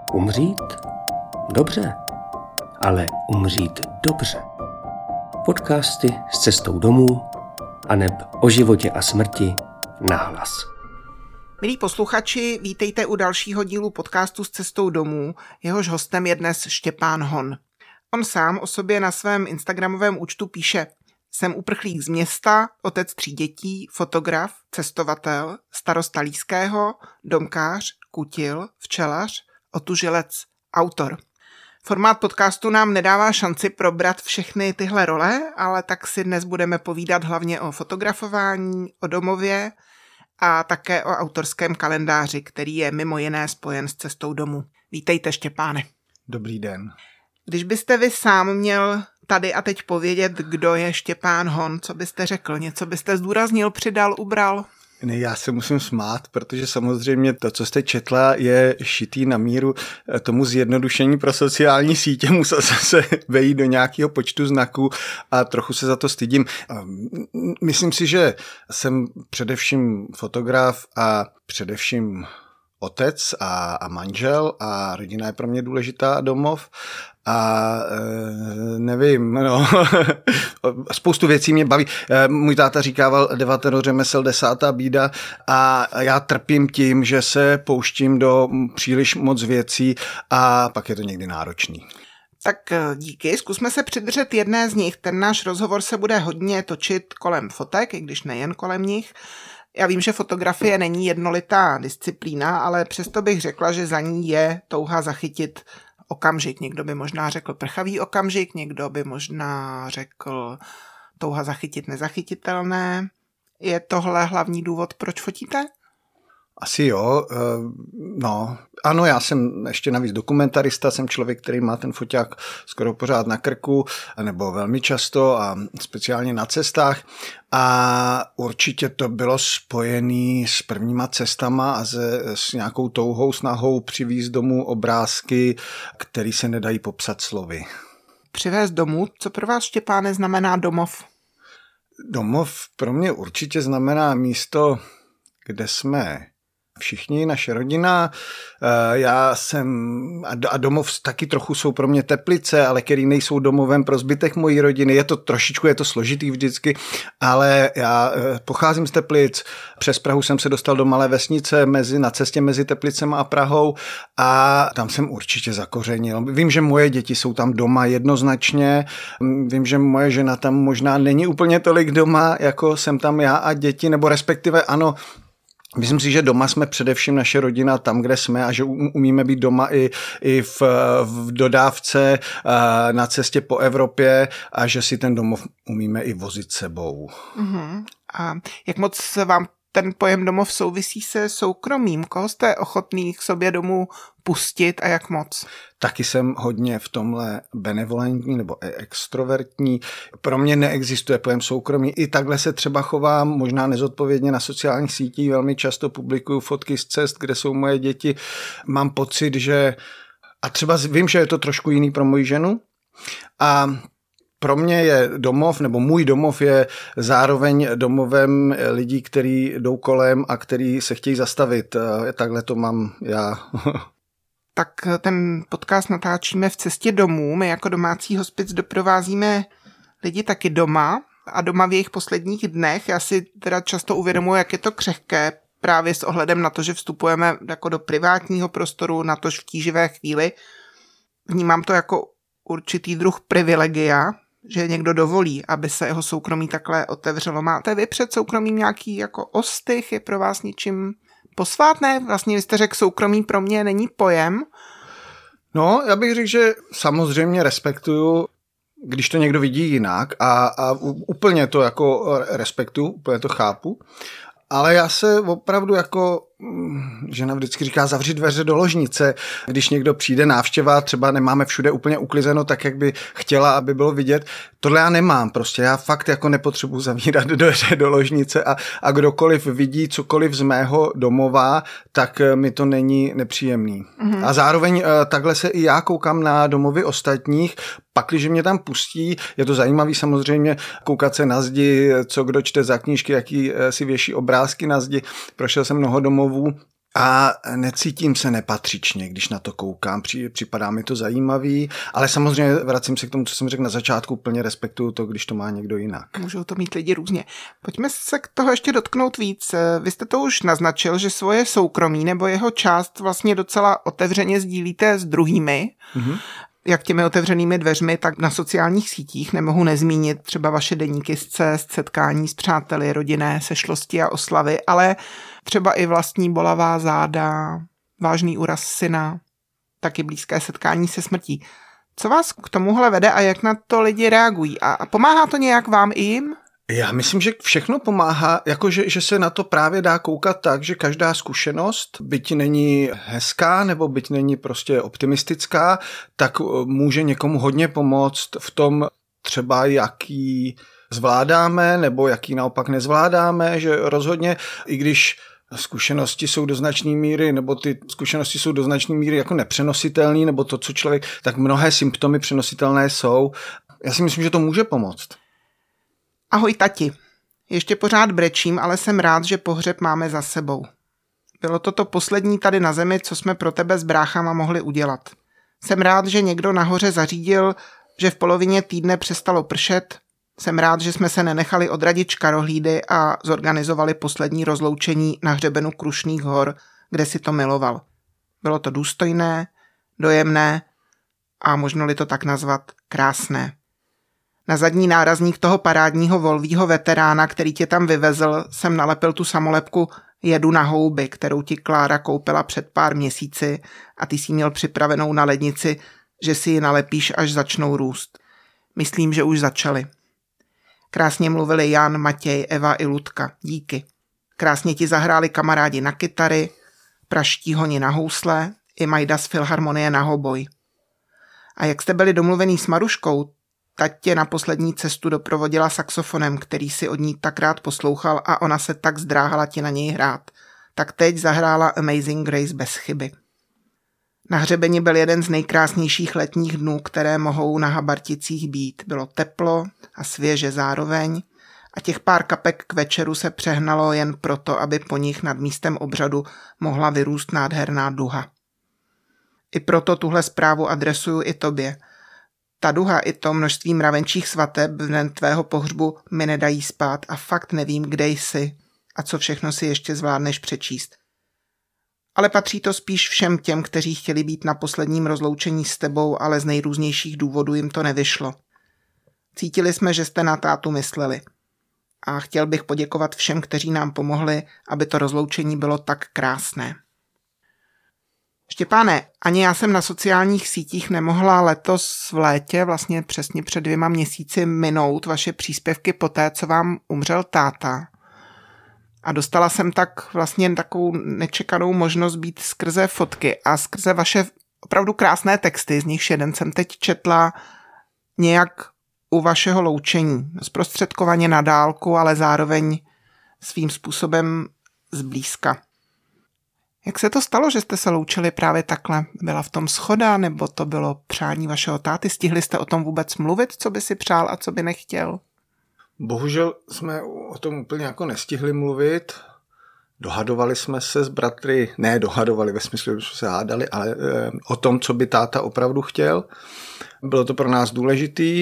Umřít? Dobře, ale umřít dobře. Podcasty s cestou domů aneb o životě a smrti nahlas. Milí posluchači, vítejte u dalšího dílu podcastu s cestou domů. Jehož hostem je dnes Štěpán Hon. On sám o sobě na svém instagramovém účtu píše: Jsem uprchlík z města, otec 3 dětí, fotograf, cestovatel, starosta Líského, domkář, kutil, včelař, otužilec, autor. Formát podcastu nám nedává šanci probrat všechny tyhle role, ale tak si dnes budeme povídat hlavně o fotografování, o domově a také o autorském kalendáři, který je mimo jiné spojen s cestou domů. Vítejte, Štěpáne. Dobrý den. Když byste vy sám měl tady a teď povědět, kdo je Štěpán Hon, co byste řekl? Něco byste zdůraznil, přidal, ubral? Ne, já se musím smát, protože samozřejmě to, co jste četla, je šitý na míru tomu zjednodušení pro sociální sítě. Musel jsem se vejít do nějakého počtu znaků a trochu se za to stydím. Myslím si, že jsem především fotograf a především otec a manžel a rodina je pro mě důležitá a domov. A nevím, no, spoustu věcí mě baví. Můj táta říkával 9 řemesel 10. bída a já trpím tím, že se pouštím do příliš moc věcí a pak je to někdy náročný. Tak díky, zkusme se přidržet jedné z nich. Ten náš rozhovor se bude hodně točit kolem fotek, i když nejen kolem nich. Já vím, že fotografie není jednolitá disciplína, ale přesto bych řekla, že za ní je touha zachytit okamžik. Někdo by možná řekl prchavý okamžik, někdo by možná řekl touha zachytit nezachytitelné. Je tohle hlavní důvod, proč fotíte? Asi jo, no. Ano, já jsem ještě navíc dokumentarista, jsem člověk, který má ten foťák skoro pořád na krku, nebo velmi často a speciálně na cestách. A určitě to bylo spojené s prvníma cestama a s nějakou touhou, snahou přivést domů obrázky, které se nedají popsat slovy. Přivést domů? Co pro vás, Štěpáne, znamená domov? Domov pro mě určitě znamená místo, kde jsme všichni, naše rodina, já jsem, a domov taky trochu jsou pro mě Teplice, ale který nejsou domovem pro zbytek mojí rodiny, je to složitý vždycky, ale já pocházím z Teplic, přes Prahu jsem se dostal do malé vesnice na cestě mezi Teplicem a Prahou a tam jsem určitě zakořenil. Vím, že moje děti jsou tam doma jednoznačně, vím, že moje žena tam možná není úplně tolik doma, jako jsem tam já a děti, nebo respektive ano. Myslím si, že doma jsme především naše rodina tam, kde jsme a že umíme být doma i v dodávce na cestě po Evropě a že si ten domov umíme i vozit sebou. Uh-huh. A jak moc vám ten pojem domov souvisí se soukromím? Koho jste ochotný k sobě domů pustit a jak moc? Taky jsem hodně v tomhle benevolentní nebo extrovertní. Pro mě neexistuje pojem soukromí. I takhle se třeba chovám, možná nezodpovědně na sociálních sítích. Velmi často publikuju fotky z cest, kde jsou moje děti. Mám pocit, že... A třeba vím, že je to trošku jiný pro moji ženu. A pro mě je domov, nebo můj domov je zároveň domovem lidí, kteří jdou kolem a kteří se chtějí zastavit. Takhle to mám já. Tak ten podcast natáčíme v cestě domů. My jako domácí hospic doprovázíme lidi taky doma a doma v jejich posledních dnech. Já si teda často uvědomuji, jak je to křehké právě s ohledem na to, že vstupujeme jako do privátního prostoru, na tož v tíživé chvíli. Vnímám to jako určitý druh privilegia, že někdo dovolí, aby se jeho soukromí takhle otevřelo. Máte vy před soukromím nějaký jako ostych? Je pro vás něčím posvátné? Vlastně vy jste řekl, soukromí pro mě není pojem. No, já bych řekl, že samozřejmě respektuju, když to někdo vidí jinak a úplně to jako respektuju, úplně to chápu. Ale já se opravdu jako žena vždycky říká zavřít dveře do ložnice. Když někdo přijde návštěva, třeba nemáme všude úplně uklizeno tak, jak by chtěla, aby bylo vidět. Tohle já nemám prostě. Já fakt jako nepotřebuji zavírat dveře do ložnice a kdokoliv vidí cokoliv z mého domova, tak mi to není nepříjemný. Mm-hmm. A zároveň takhle se i já koukám na domovy ostatních, pakliže mě tam pustí, je to zajímavý samozřejmě koukat se na zdi, co kdo čte za knížky, jaký si věší obrázky na zdi. Prošel jsem mnoho domovů a necítím se nepatřičně, když na to koukám, připadá mi to zajímavý, ale samozřejmě vracím se k tomu, co jsem řekl na začátku, plně respektuju to, když to má někdo jinak. Můžou to mít lidi různě. Pojďme se k toho ještě dotknout víc. Vy jste to už naznačil, že svoje soukromí nebo jeho část vlastně docela otevřeně sdílíte s druhými, jak těmi otevřenými dveřmi, tak na sociálních sítích. Nemohu nezmínit třeba vaše deníky z cest, setkání s přáteli, rodinné sešlosti a oslavy, ale třeba i vlastní bolavá záda, vážný úraz syna, taky blízké setkání se smrtí. Co vás k tomuhle vede a jak na to lidi reagují? A pomáhá to nějak vám i jim? Já myslím, že všechno pomáhá, že se na to právě dá koukat tak, že každá zkušenost, byť není hezká nebo byť není prostě optimistická, tak může někomu hodně pomoct v tom třeba, jaký zvládáme nebo jaký naopak nezvládáme, že rozhodně, i když zkušenosti jsou do značné míry, nebo ty zkušenosti jsou do značné míry jako nepřenositelné, nebo to, co člověk, tak mnohé symptomy přenositelné jsou. Já si myslím, že to může pomoct. Ahoj tati. Ještě pořád brečím, ale jsem rád, že pohřeb máme za sebou. Bylo to poslední tady na zemi, co jsme pro tebe s bráchama mohli udělat. Jsem rád, že někdo nahoře zařídil, že v polovině týdne přestalo pršet. Jsem rád, že jsme se nenechali odradit škarohlídy a zorganizovali poslední rozloučení na hřebenu Krušných hor, kde si to miloval. Bylo to důstojné, dojemné a možno-li to tak nazvat, krásné. Na zadní nárazník toho parádního volvýho veterána, který tě tam vyvezl, jsem nalepil tu samolepku Jedu na houby, kterou ti Klára koupila před pár měsíci a ty si měl připravenou na lednici, že si ji nalepíš, až začnou růst. Myslím, že už začaly. Krásně mluvili Jan, Matěj, Eva i Ludka. Díky. Krásně ti zahráli kamarádi na kytary, praští honi na housle i Majda z Filharmonie na hoboj. A jak jste byli domluvený s Maruškou, tať tě na poslední cestu doprovodila saxofonem, který si od ní tak rád poslouchal a ona se tak zdráhala ti na něj hrát. Tak teď zahrála Amazing Grace bez chyby. Na hřebeni byl jeden z nejkrásnějších letních dnů, které mohou na Habarticích být. Bylo teplo a svěže zároveň a těch pár kapek k večeru se přehnalo jen proto, aby po nich nad místem obřadu mohla vyrůst nádherná duha. I proto tuhle zprávu adresuju i tobě. Ta duha i to množství mravenčích svateb v den tvého pohřbu mi nedají spát a fakt nevím, kde jsi a co všechno si ještě zvládneš přečíst. Ale patří to spíš všem těm, kteří chtěli být na posledním rozloučení s tebou, ale z nejrůznějších důvodů jim to nevyšlo. Cítili jsme, že jste na tátu mysleli. A chtěl bych poděkovat všem, kteří nám pomohli, aby to rozloučení bylo tak krásné. Štěpáne, ani já jsem na sociálních sítích nemohla letos v létě, vlastně přesně před 2 měsíci, minout vaše příspěvky poté, co vám umřel táta. A dostala jsem tak vlastně takovou nečekanou možnost být skrze fotky a skrze vaše opravdu krásné texty, z nichž jeden jsem teď četla nějak u vašeho loučení. Zprostředkovaně na dálku, ale zároveň svým způsobem zblízka. Jak se to stalo, že jste se loučili právě takhle? Byla v tom shoda, nebo to bylo přání vašeho táty? Stihli jste o tom vůbec mluvit, co by si přál a co by nechtěl? Bohužel jsme o tom úplně jako nestihli mluvit. Dohadovali jsme se s bratry, ne dohadovali ve smyslu, že jsme se hádali, ale o tom, co by táta opravdu chtěl. Bylo to pro nás důležitý.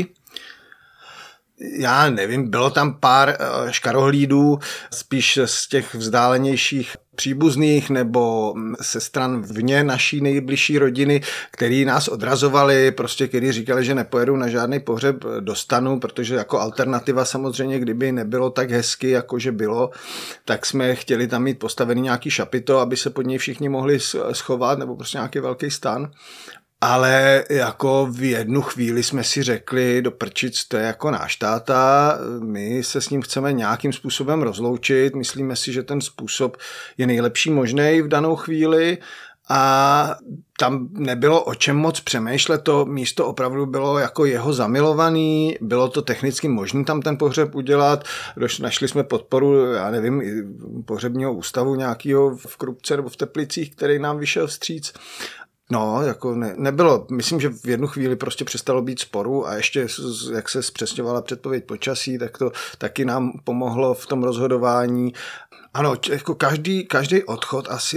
Já nevím, bylo tam pár škarohlídů, spíš z těch vzdálenějších příbuzných nebo se stran vně naší nejbližší rodiny, který nás odrazovali, prostě který říkali, že nepojedou na žádný pohřeb do stanu, protože jako alternativa samozřejmě, kdyby nebylo tak hezky, jakože bylo, tak jsme chtěli tam mít postavený nějaký šapito, aby se pod něj všichni mohli schovat, nebo prostě nějaký velký stan. Ale jako v jednu chvíli jsme si řekli, do prčic, to je jako náš táta, my se s ním chceme nějakým způsobem rozloučit, myslíme si, že ten způsob je nejlepší možný v danou chvíli a tam nebylo o čem moc přemýšlet, to místo opravdu bylo jako jeho zamilovaný, bylo to technicky možné tam ten pohřeb udělat, našli jsme podporu, já nevím, pohřebního ústavu nějakého v Krupce nebo v Teplicích, který nám vyšel vstříc. No, jako nebylo, myslím, že v jednu chvíli prostě přestalo být sporu a ještě, jak se zpřesňovala předpověď počasí, tak to taky nám pomohlo v tom rozhodování. Ano, jako každý odchod asi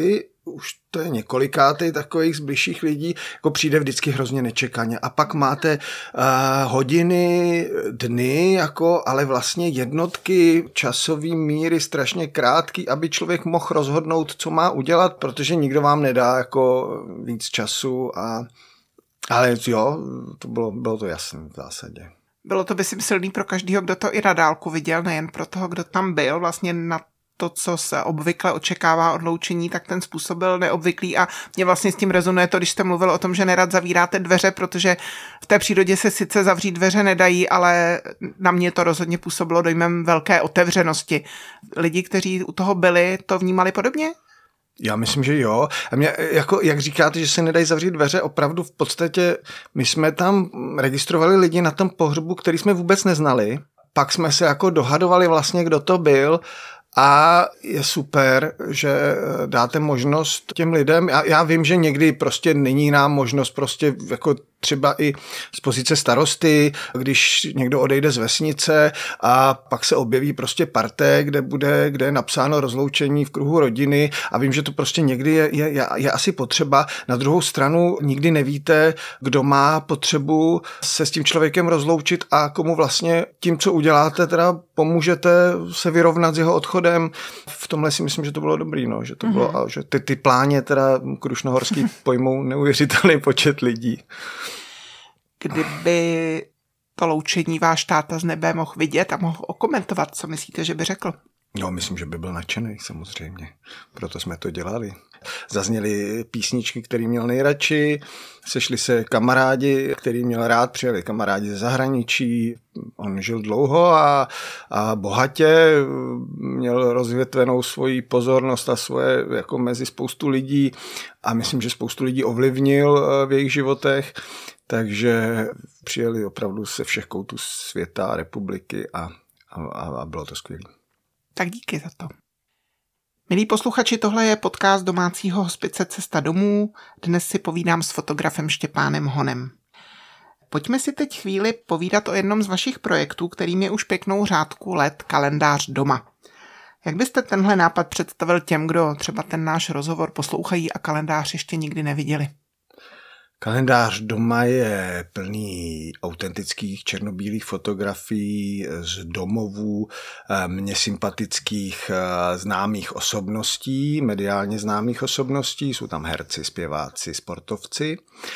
už to je několikátej takových z bližších lidí, jako přijde vždycky hrozně nečekaně. A pak máte hodiny, dny, jako, ale vlastně jednotky, časový míry strašně krátký, aby člověk mohl rozhodnout, co má udělat, protože nikdo vám nedá jako víc času. Ale jo, bylo to jasné v zásadě. Bylo to, myslím, silný pro každého, kdo to i na dálku viděl, nejen pro toho, kdo tam byl, vlastně na to, co se obvykle očekává od loučení, tak ten způsob byl neobvyklý a mě vlastně s tím rezonuje to, když jste mluvil o tom, že nerad zavíráte dveře, protože v té přírodě se sice zavřít dveře nedají, ale na mě to rozhodně působilo dojmem velké otevřenosti. Lidi, kteří u toho byli, to vnímali podobně? Já myslím, že jo. A mě, jako, jak říkáte, že se nedají zavřít dveře, opravdu v podstatě my jsme tam registrovali lidi na tom pohřbu, který jsme vůbec neznali. Pak jsme se jako dohadovali vlastně, kdo to byl. A je super, že dáte možnost těm lidem. Já vím, že někdy prostě není nám možnost prostě jako třeba i z pozice starosty, když někdo odejde z vesnice a pak se objeví prostě parté, kde je napsáno rozloučení v kruhu rodiny a vím, že to prostě někdy je asi potřeba. Na druhou stranu nikdy nevíte, kdo má potřebu se s tím člověkem rozloučit a komu vlastně tím, co uděláte, teda pomůžete se vyrovnat s jeho odchodem. V tomhle si myslím, že to bylo dobrý, no, že to bylo, že ty pláně teda krušnohorský pojmou neuvěřitelný počet lidí. Kdyby to loučení váš táta z nebe mohl vidět a mohl okomentovat, co myslíte, že by řekl? No, myslím, že by byl nadšený, samozřejmě. Proto jsme to dělali. Zazněly písničky, který měl nejradši, sešli se kamarádi, který měl rád, přijeli kamarádi ze zahraničí. On žil dlouho a bohatě, měl rozvětvenou svoji pozornost a svoje jako mezi spoustu lidí a myslím, že spoustu lidí ovlivnil v jejich životech. Takže přijeli opravdu ze všech koutů světa a republiky a bylo to skvělé. Tak díky za to. Milí posluchači, tohle je podcast domácího hospice Cesta domů. Dnes si povídám s fotografem Štěpánem Honem. Pojďme si teď chvíli povídat o jednom z vašich projektů, kterým je už pěknou řádku let Kalendář doma. Jak byste tenhle nápad představil těm, kdo třeba ten náš rozhovor poslouchají a kalendář ještě nikdy neviděli? Kalendář doma je plný autentických černobílých fotografií z domovů mně sympatických známých osobností, mediálně známých osobností. Jsou tam herci, zpěváci, sportovci.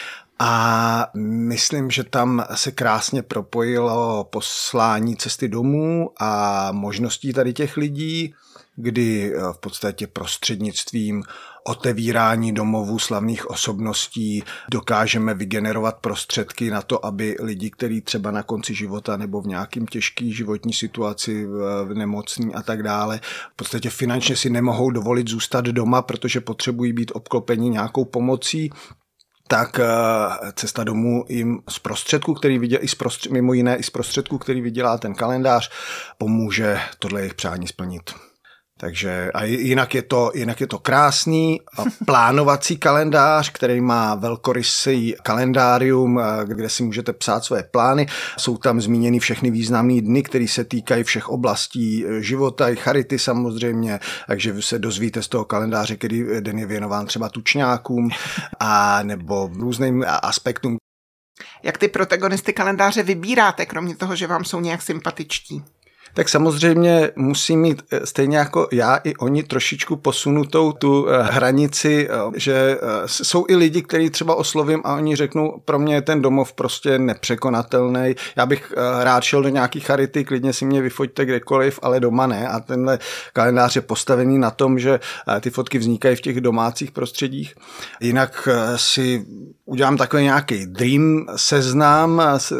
A myslím, že tam se krásně propojilo poslání Cesty domů a možností tady těch lidí, kdy v podstatě prostřednictvím otevírání domovů slavných osobností dokážeme vygenerovat prostředky na to, aby lidi, kteří třeba na konci života nebo v nějakým těžký životní situaci, v nemocní a tak dále, v podstatě finančně si nemohou dovolit zůstat doma, protože potřebují být obklopeni nějakou pomocí, tak Cesta domů jim z prostředků, který vydělá, mimo jiné i z prostředků, který vydělá ten kalendář, pomůže tohle jejich přání splnit. Takže a jinak je to krásný plánovací kalendář, který má velkorysý kalendárium, kde si můžete psát své plány. Jsou tam zmíněny všechny významné dny, které se týkají všech oblastí života, i charity samozřejmě, takže se dozvíte z toho kalendáře, který den je věnován třeba tučňákům a nebo různým aspektům. Jak ty protagonisty kalendáře vybíráte, kromě toho, že vám jsou nějak sympatičtí? Tak samozřejmě musí mít stejně jako já i oni trošičku posunutou tu hranici, že jsou i lidi, kteří třeba oslovím a oni řeknou, pro mě je ten domov prostě nepřekonatelný. Já bych rád šel do nějaký charity, klidně si mě vyfoťte kdekoliv, ale doma ne. A tenhle kalendář je postavený na tom, že ty fotky vznikají v těch domácích prostředích. Jinak si udělám takový nějaký dream seznam,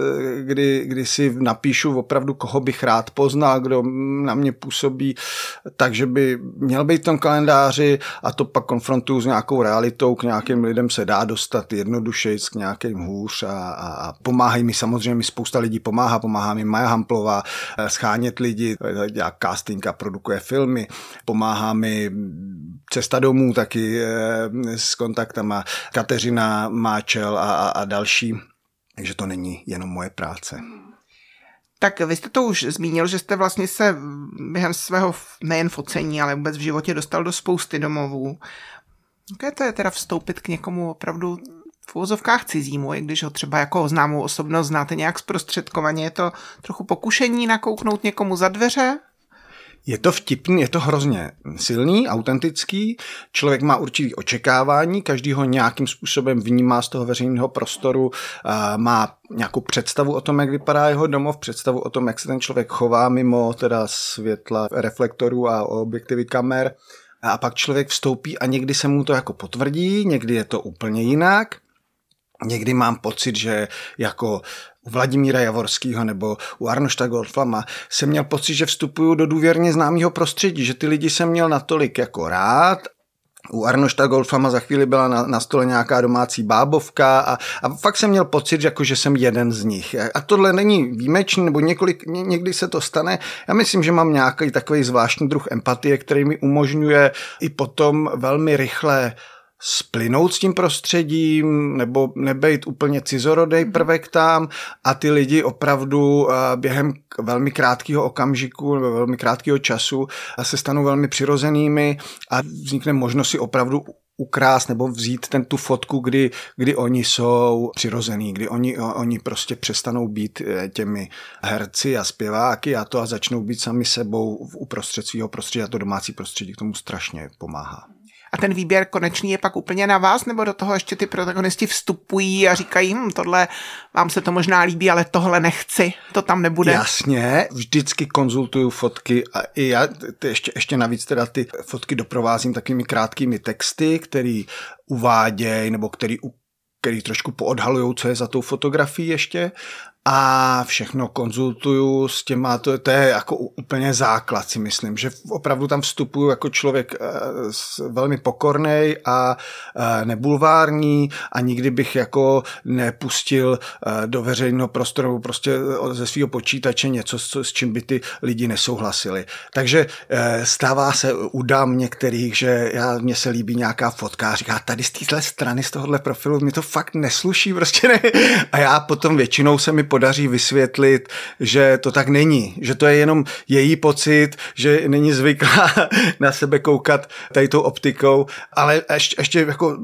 kdy si napíšu opravdu, koho bych rád poznal, kdo na mě působí, takže by měl být v tom kalendáři a to pak konfrontuju s nějakou realitou, k nějakým lidem se dá dostat jednodušeji, k nějakým hůř a pomáhají mi samozřejmě, spousta lidí pomáhá mi Maja Hamplová schánět lidi, dělá casting a produkuje filmy, pomáhá mi Cesta domů taky s kontaktama, Kateřina Máčel a další, takže to není jenom moje práce. Tak vy jste to už zmínil, že jste vlastně se během svého nejen focení, ale vůbec v životě dostal do spousty domovů. Jaké to je teda vstoupit k někomu opravdu v uvozovkách cizímu, i když ho třeba jako známou osobnost znáte nějak zprostředkovaně, je to trochu pokušení nakouknout někomu za dveře? Je to vtipný, je to hrozně silný, autentický. Člověk má určitý očekávání, každý ho nějakým způsobem vnímá z toho veřejného prostoru, má nějakou představu o tom, jak vypadá jeho domov, představu o tom, jak se ten člověk chová mimo teda světla, reflektorů a objektivy kamer. A pak člověk vstoupí a někdy se mu to jako potvrdí, někdy je to úplně jinak. Někdy mám pocit, že jako u Vladimíra Javorského nebo u Arnošta Goldflama jsem měl pocit, že vstupuju do důvěrně známého prostředí, že ty lidi jsem měl natolik jako rád. U Arnošta Goldflama za chvíli byla na stole nějaká domácí bábovka a fakt jsem měl pocit, že jsem jeden z nich. A tohle není výjimečný, nebo někdy se to stane. Já myslím, že mám nějaký takový zvláštní druh empatie, který mi umožňuje i potom velmi rychle splynout s tím prostředím nebo nebejt úplně cizorodej prvek tam a ty lidi opravdu během velmi krátkého okamžiku nebo velmi krátkého času se stanou velmi přirozenými a vznikne možnost si opravdu ukrást nebo vzít tu fotku, kdy oni jsou přirození, kdy oni prostě přestanou být těmi herci a zpěváky a začnou být sami sebou uprostřed svého prostředí a to domácí prostředí k tomu strašně pomáhá. A ten výběr konečný je pak úplně na vás, nebo do toho ještě ty protagonisti vstupují a říkají, tohle vám se to možná líbí, ale tohle nechci, to tam nebude. Jasně, vždycky konzultuju fotky a i já ještě navíc teda ty fotky doprovázím takovými krátkými texty, který uvádějí nebo který trošku poodhalujou, co je za tou fotografií ještě. A všechno konzultuju s těma, to je jako úplně základ, si myslím, že opravdu tam vstupuju jako člověk velmi pokornej a nebulvární a nikdy bych jako nepustil do veřejného prostoru prostě ze svého počítače něco, s čím by ty lidi nesouhlasili. Takže stává se u dám některých, že mně se líbí nějaká fotka a říká, tady z téhle strany, z tohohle profilu mi to fakt nesluší, prostě ne. A já potom většinou se mi podaří vysvětlit, že to tak není, že to je jenom její pocit, že není zvyklá na sebe koukat tady tou optikou, ale ještě jako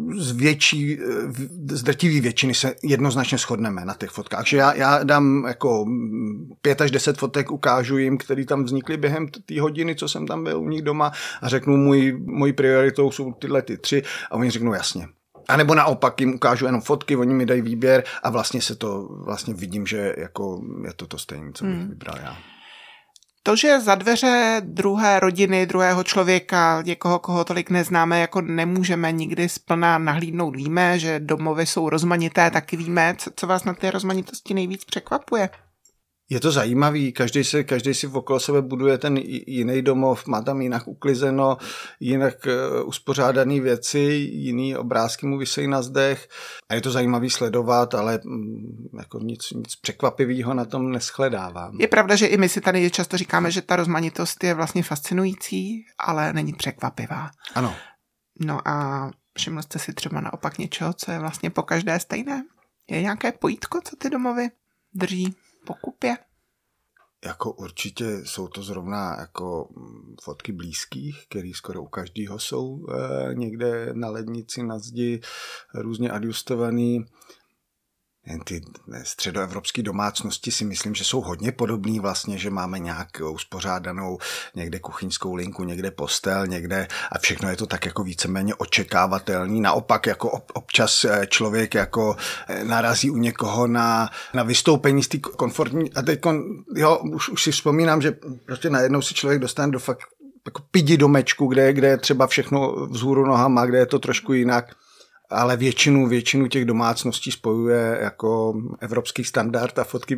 z drtivý většiny se jednoznačně shodneme na těch fotkách. Takže já dám jako 5 až 10 fotek, ukážu jim, které tam vznikly během té hodiny, co jsem tam byl u nich doma a řeknu, mojí prioritou jsou tyhle 3 a oni řeknou jasně. A nebo naopak jim ukážu jenom fotky, oni mi dají výběr a vlastně vidím, že jako je to stejné, co bych vybral já. To, že za dveře druhé rodiny, druhého člověka, někoho, koho tolik neznáme, jako nemůžeme nikdy zplna nahlídnout, víme, že domovy jsou rozmanité, taky víme, co vás na té rozmanitosti nejvíc překvapuje. Je to zajímavý, každý si okolo sebe buduje ten jiný domov, má tam jinak uklizeno, jinak uspořádaný věci, jiný obrázky mu visejí na zdech a je to zajímavý sledovat, ale jako nic překvapivého na tom neschledávám. Je pravda, že i my si tady často říkáme, že ta rozmanitost je vlastně fascinující, ale není překvapivá. Ano. No a všiml jste si třeba naopak něčeho, co je vlastně po každé stejné? Je nějaké pojítko, co ty domovy drží po kupě? Jako určitě jsou to zrovna jako fotky blízkých, které skoro u každého jsou někde na lednici, na zdi, různě adjustovaný. Ty středoevropské domácnosti si myslím, že jsou hodně podobný vlastně, že máme nějak uspořádanou někde kuchyňskou linku, někde postel, někde a všechno je to tak jako víceméně očekávatelný. Naopak jako občas člověk jako narazí u někoho na vystoupení z té komfortní a teď už si vzpomínám, že prostě najednou si člověk dostane do fakt jako pidi domečku, kde je třeba všechno vzhůru nohama, kde je to trošku jinak. Ale většinu těch domácností spojuje jako evropský standard a fotky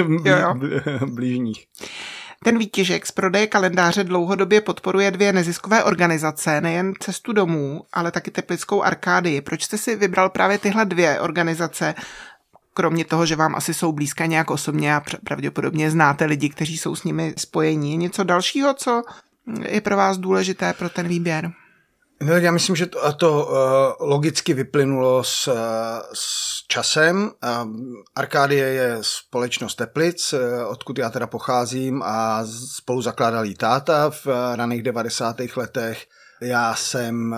blížních. Ten výtěžek z prodeje kalendáře dlouhodobě podporuje 2 neziskové organizace, nejen Cestu domů, ale taky Teplickou Arkádii. Proč jste si vybral právě tyhle 2 organizace, kromě toho, že vám asi jsou blízké nějak osobně a pravděpodobně znáte lidi, kteří jsou s nimi spojení? Něco dalšího, co je pro vás důležité pro ten výběr? No, já myslím, že to logicky vyplynulo s časem. Arkádie je společnost Teplic, odkud já teda pocházím a spolu zakládal jí táta v raných 90. letech Já jsem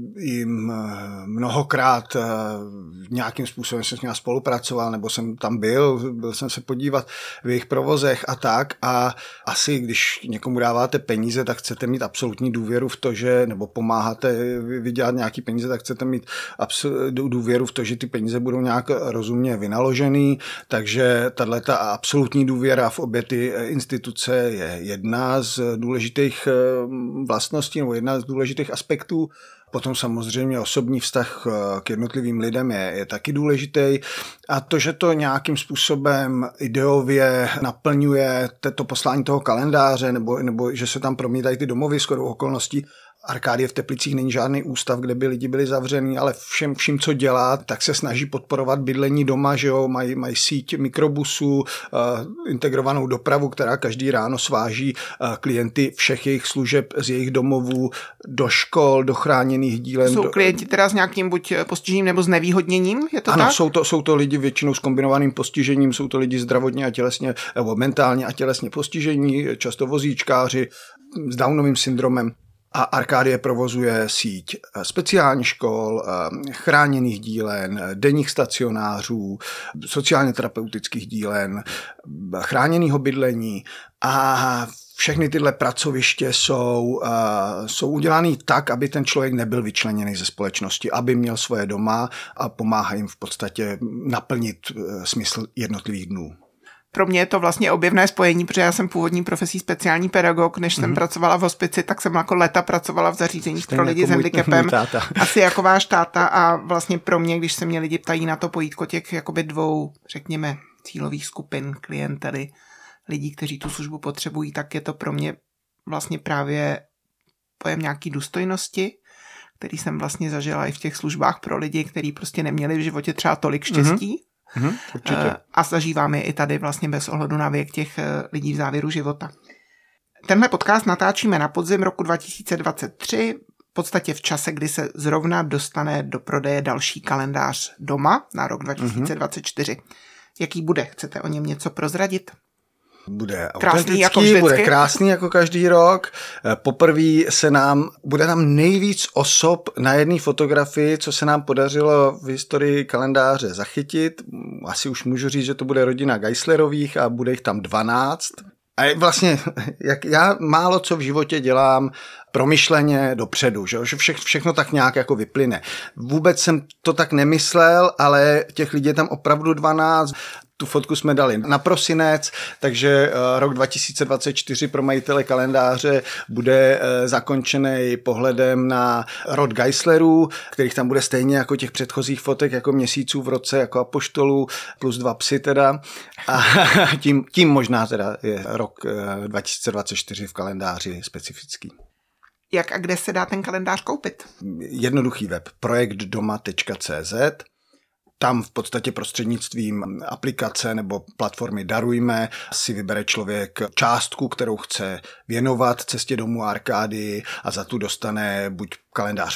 jim mnohokrát nějakým způsobem jsem s nimi spolupracoval, nebo jsem tam byl jsem se podívat v jejich provozech a tak. A asi, když někomu dáváte peníze, tak chcete mít absolutní důvěru v to, že, nebo pomáháte vydělat nějaký peníze, tak chcete mít důvěru v to, že ty peníze budou nějak rozumně vynaložený. Takže tato absolutní důvěra v obě ty instituce je jedna z důležitých vlastností nebo jedna z důležitých aspektů. Potom samozřejmě osobní vztah k jednotlivým lidem je taky důležitý. A to, že to nějakým způsobem ideově naplňuje to poslání toho kalendáře, nebo že se tam promítají ty domovy shodou okolností. Arkádie v Teplicích není žádný ústav, kde by lidi byli zavření, ale vším, co dělá, tak se snaží podporovat bydlení doma, že jo, mají síť mikrobusů, integrovanou dopravu, která každý ráno sváží klienty všech jejich služeb z jejich domovů do škol, do chráněných dílen. Jsou klienti teda s nějakým buď postižením nebo znevýhodněním, je to ano, tak? Jsou to lidi většinou s kombinovaným postižením, jsou to lidi zdravotně a tělesně, nebo mentálně a tělesně postižení, často vozíčkáři s Downovým syndromem. A Arkádie provozuje síť speciálních škol, chráněných dílen, denních stacionářů, sociálně terapeutických dílen, chráněného bydlení a všechny tyhle pracoviště jsou udělané tak, aby ten člověk nebyl vyčleněný ze společnosti, aby měl svoje doma a pomáhá jim v podstatě naplnit smysl jednotlivých dnů. Pro mě je to vlastně objevné spojení, protože já jsem původní profesí speciální pedagog, než jsem pracovala v hospici, tak jsem jako léta pracovala v zařízeních pro lidi s handicapem, asi jako váš táta a vlastně pro mě, když se mě lidi ptají na to pojítko těch jakoby dvou, řekněme, cílových skupin klientely, lidí, kteří tu službu potřebují, tak je to pro mě vlastně právě pojem nějaký důstojnosti, který jsem vlastně zažila i v těch službách pro lidi, kteří prostě neměli v životě třeba tolik štěstí. Určitě. A zažíváme je i tady vlastně bez ohledu na věk těch lidí v závěru života. Tenhle podcast natáčíme na podzim roku 2023, v podstatě v čase, kdy se zrovna dostane do prodeje další kalendář Doma na rok 2024. Jaký bude? Chcete o něm něco prozradit? Bude krásný autentický, bude krásný jako každý rok. Poprvé bude nám nejvíc osob na jedné fotografii, co se nám podařilo v historii kalendáře zachytit. Asi už můžu říct, že to bude rodina Geislerových a bude jich tam 12. A vlastně, jak já málo co v životě dělám promyšleně dopředu, že všechno tak nějak jako vyplyne. Vůbec jsem to tak nemyslel, ale těch lidí je tam opravdu 12. Tu fotku jsme dali na prosinec, takže rok 2024 pro majitele kalendáře bude zakončený pohledem na rod Geislerů, kterých tam bude stejně jako těch předchozích fotek, jako měsíců v roce, jako apoštolů, plus 2 psy teda. A tím možná teda je rok 2024 v kalendáři specifický. Jak a kde se dá ten kalendář koupit? Jednoduchý web projektdoma.cz. Tam v podstatě prostřednictvím aplikace nebo platformy Darujme si vybere člověk částku, kterou chce věnovat cestě domů Arkádii a za tu dostane buď kalendář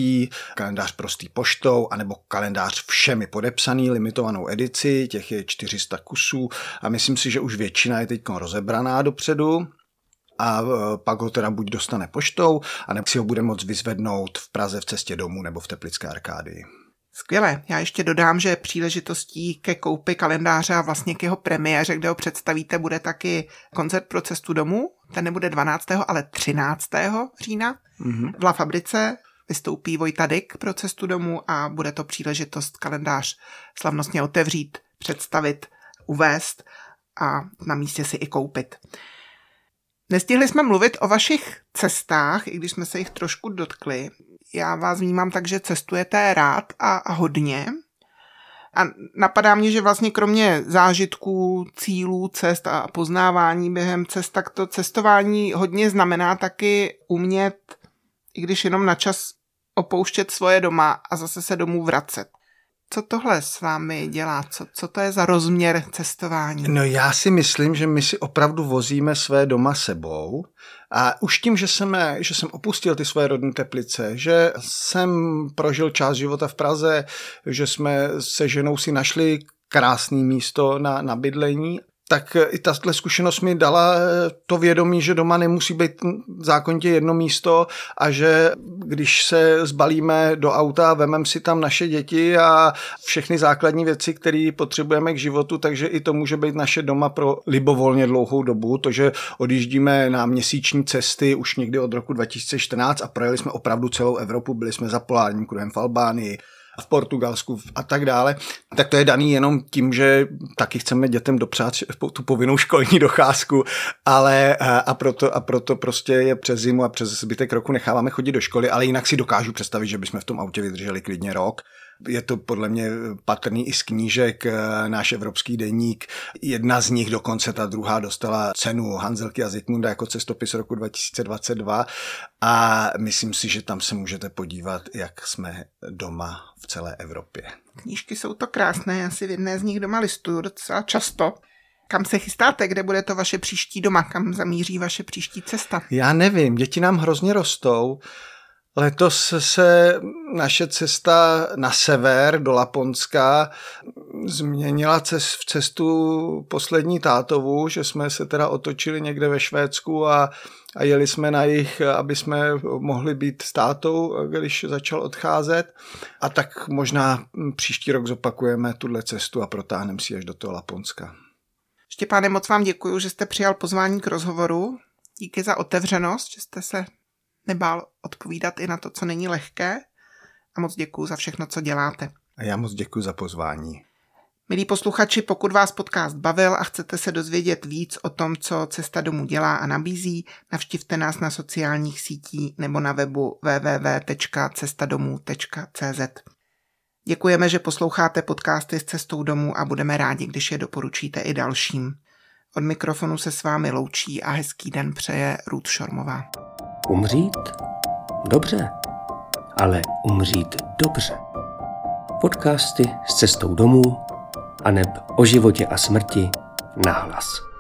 prostý poštou, anebo kalendář všemi podepsaný, limitovanou edici, těch je 400 kusů a myslím si, že už většina je teď rozebraná dopředu. A pak ho teda buď dostane poštou, anebo si ho bude moct vyzvednout v Praze v cestě domů nebo v Teplické Arkádii. Skvěle. Já ještě dodám, že příležitostí ke koupi kalendáře a vlastně k jeho premiéře, kde ho představíte, bude taky koncert pro cestu domů. Ten nebude 12., ale 13. října. V La Fabrice vystoupí Vojta Dyk pro cestu domů a bude to příležitost kalendář slavnostně otevřít, představit, uvést a na místě si i koupit. Nestihli jsme mluvit o vašich cestách, i když jsme se jich trošku dotkli. Já vás vnímám tak, že cestujete rád a hodně. A napadá mě, že vlastně kromě zážitků, cílů, cest a poznávání během cest, tak to cestování hodně znamená taky umět, i když jenom na čas, opouštět svoje doma a zase se domů vracet. Co tohle s vámi dělá? Co to je za rozměr cestování? No já si myslím, že my si opravdu vozíme své doma sebou a už tím, že jsem opustil ty svoje rodné Teplice, že jsem prožil část života v Praze, že jsme se ženou si našli krásné místo na bydlení, tak i tato zkušenost mi dala to vědomí, že doma nemusí být zákonitě jedno místo a že když se zbalíme do auta, vememe si tam naše děti a všechny základní věci, které potřebujeme k životu, takže i to může být naše doma pro libovolně dlouhou dobu. To, že odjíždíme na měsíční cesty už někdy od roku 2014 a projeli jsme opravdu celou Evropu, byli jsme za polárním kruhem v Albánii, v Portugalsku a tak dále, tak to je daný jenom tím, že taky chceme dětem dopřát tu povinnou školní docházku, ale a proto prostě je přes zimu a přes zbytek roku necháváme chodit do školy, ale jinak si dokážu představit, že bychom v tom autě vydrželi klidně rok. Je to podle mě patrný i z knížek, náš Evropský deník. Jedna z nich dokonce, ta druhá, dostala cenu Hanzelky a Zikmunda jako cestopis roku 2022 a myslím si, že tam se můžete podívat, jak jsme doma v celé Evropě. Knížky jsou to krásné, já si v jedné z nich doma listuju docela často. Kam se chystáte? Kde bude to vaše příští doma? Kam zamíří vaše příští cesta? Já nevím, děti nám hrozně rostou. Letos se naše cesta na sever do Laponska změnila v cestu poslední tátovu, že jsme se teda otočili někde ve Švédsku a jeli jsme na jih, aby jsme mohli být s tátou, když začal odcházet. A tak možná příští rok zopakujeme tuhle cestu a protáhneme si až do toho Laponska. Štěpáne, moc vám děkuju, že jste přijal pozvání k rozhovoru. Díky za otevřenost, že jste se nebál odpovídat i na to, co není lehké. A moc děkuju za všechno, co děláte. A já moc děkuju za pozvání. Milí posluchači, pokud vás podcast bavil a chcete se dozvědět víc o tom, co Cesta domů dělá a nabízí, navštivte nás na sociálních sítích nebo na webu www.cestadomů.cz. Děkujeme, že posloucháte podcasty s Cestou domů a budeme rádi, když je doporučíte i dalším. Od mikrofonu se s vámi loučí a hezký den přeje Ruth Šormová. Umřít? Dobře, ale umřít dobře. Podcasty s Cestou domů aneb o životě a smrti nahlas.